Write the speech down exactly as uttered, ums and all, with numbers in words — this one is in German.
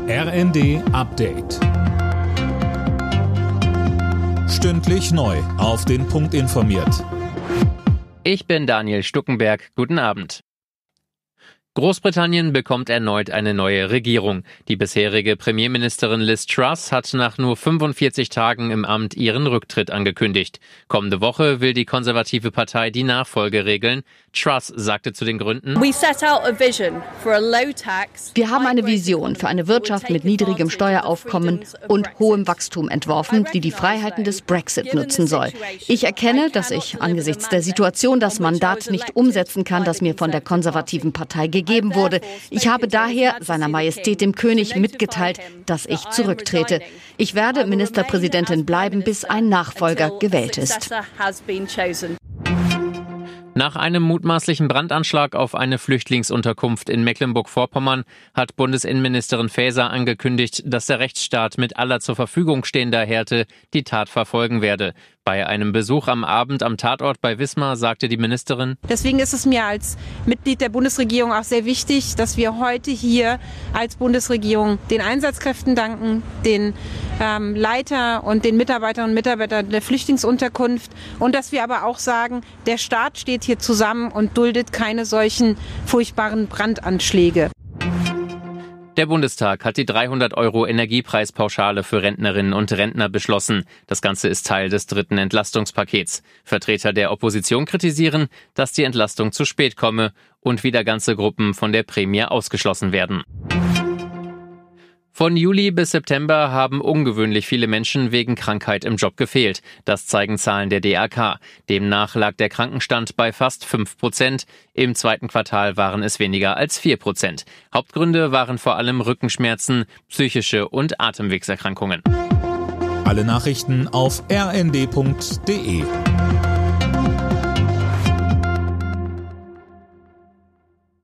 R N D Update. Stündlich neu auf den Punkt informiert. Ich bin Daniel Stuckenberg. Guten Abend. Großbritannien bekommt erneut eine neue Regierung. Die bisherige Premierministerin Liz Truss hat nach nur fünfundvierzig Tagen im Amt ihren Rücktritt angekündigt. Kommende Woche will die konservative Partei die Nachfolge regeln. Truss sagte zu den Gründen: Wir haben eine Vision für eine Wirtschaft mit niedrigem Steueraufkommen und hohem Wachstum entworfen, die die Freiheiten des Brexit nutzen soll. Ich erkenne, dass ich angesichts der Situation das Mandat nicht umsetzen kann, das mir von der konservativen Partei gegeben wurde. Ich habe daher seiner Majestät dem König mitgeteilt, dass ich zurücktrete. Ich werde Ministerpräsidentin bleiben, bis ein Nachfolger gewählt ist. Nach einem mutmaßlichen Brandanschlag auf eine Flüchtlingsunterkunft in Mecklenburg-Vorpommern hat Bundesinnenministerin Faeser angekündigt, dass der Rechtsstaat mit aller zur Verfügung stehender Härte die Tat verfolgen werde. Bei einem Besuch am Abend am Tatort bei Wismar sagte die Ministerin: Deswegen ist es mir als Mitglied der Bundesregierung auch sehr wichtig, dass wir heute hier als Bundesregierung den Einsatzkräften danken, den ähm, Leiter und den Mitarbeiterinnen und Mitarbeitern der Flüchtlingsunterkunft, und dass wir aber auch sagen, der Staat steht hier zusammen und duldet keine solchen furchtbaren Brandanschläge. Der Bundestag hat die dreihundert Euro Energiepreispauschale für Rentnerinnen und Rentner beschlossen. Das Ganze ist Teil des dritten Entlastungspakets. Vertreter der Opposition kritisieren, dass die Entlastung zu spät komme und wieder ganze Gruppen von der Prämie ausgeschlossen werden. Von Juli bis September haben ungewöhnlich viele Menschen wegen Krankheit im Job gefehlt. Das zeigen Zahlen der D A K. Demnach lag der Krankenstand bei fast fünf Prozent. Im zweiten Quartal waren es weniger als vier Prozent. Hauptgründe waren vor allem Rückenschmerzen, psychische und Atemwegserkrankungen. Alle Nachrichten auf r n d punkt d e.